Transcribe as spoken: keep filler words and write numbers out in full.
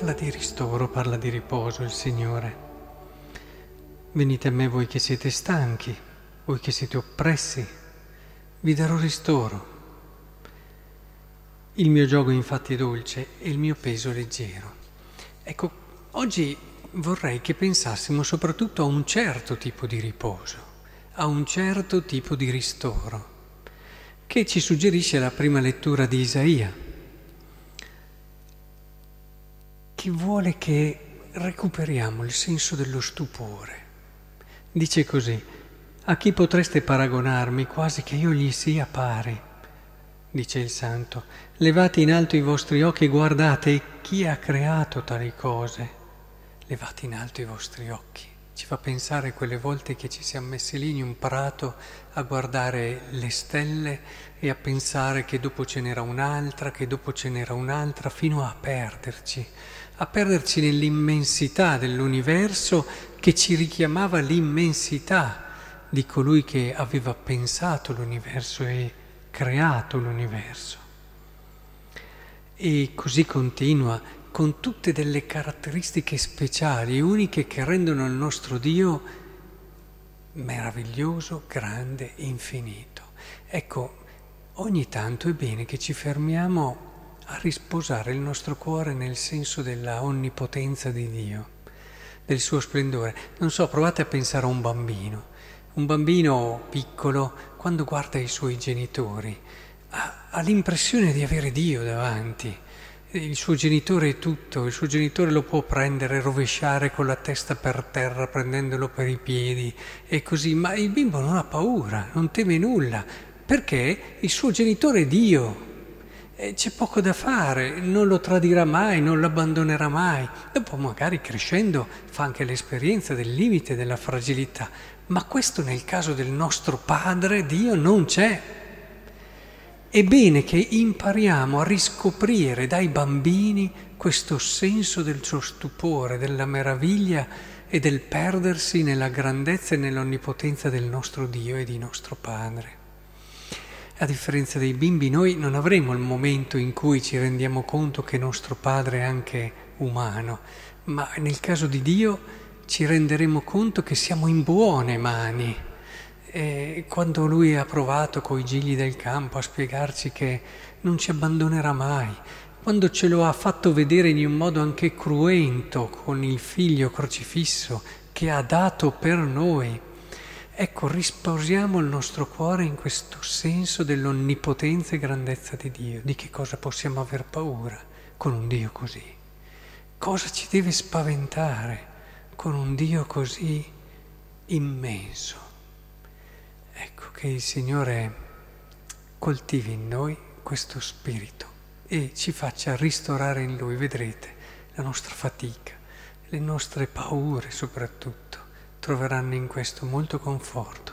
parla di ristoro, parla di riposo il Signore. Venite a me voi che siete stanchi, voi che siete oppressi, vi darò ristoro. Il mio giogo infatti è dolce e il mio peso leggero. Ecco, oggi vorrei che pensassimo soprattutto a un certo tipo di riposo, a un certo tipo di ristoro, che ci suggerisce la prima lettura di Isaia, che vuole che recuperiamo il senso dello stupore. Dice così: a chi potreste paragonarmi, quasi che io gli sia pari? Dice il Santo, levate in alto i vostri occhi e guardate chi ha creato tali cose. Levate in alto i vostri occhi. Ci fa pensare quelle volte che ci siamo messi lì in un prato a guardare le stelle e a pensare che dopo ce n'era un'altra, che dopo ce n'era un'altra, fino a perderci, a perderci nell'immensità dell'universo che ci richiamava l'immensità di colui che aveva pensato l'universo e creato l'universo. E così continua, con tutte delle caratteristiche speciali, uniche, che rendono il nostro Dio meraviglioso, grande, infinito. Ecco, ogni tanto è bene che ci fermiamo a risposare il nostro cuore nel senso della onnipotenza di Dio, del suo splendore. Non so, provate a pensare a un bambino. Un bambino piccolo, quando guarda i suoi genitori, ha, ha l'impressione di avere Dio davanti. Il suo genitore è tutto, il suo genitore lo può prendere, rovesciare con la testa per terra, prendendolo per i piedi e così, ma il bimbo non ha paura, non teme nulla, perché il suo genitore è Dio. E c'è poco da fare, non lo tradirà mai, non lo abbandonerà mai. Dopo magari crescendo fa anche l'esperienza del limite, della fragilità, ma questo nel caso del nostro Padre Dio non c'è. È bene che impariamo a riscoprire dai bambini questo senso del suo stupore, della meraviglia e del perdersi nella grandezza e nell'onnipotenza del nostro Dio e di nostro Padre. A differenza dei bimbi, noi non avremo il momento in cui ci rendiamo conto che nostro Padre è anche umano, ma nel caso di Dio ci renderemo conto che siamo in buone mani. E quando Lui ha provato coi gigli del campo a spiegarci che non ci abbandonerà mai, quando ce lo ha fatto vedere in un modo anche cruento con il Figlio crocifisso che ha dato per noi, ecco, risposiamo il nostro cuore in questo senso dell'onnipotenza e grandezza di Dio. Di che cosa possiamo aver paura con un Dio così? Cosa ci deve spaventare con un Dio così immenso? Ecco, che il Signore coltivi in noi questo spirito e ci faccia ristorare in Lui, vedrete, la nostra fatica, le nostre paure soprattutto, troveranno in questo molto conforto.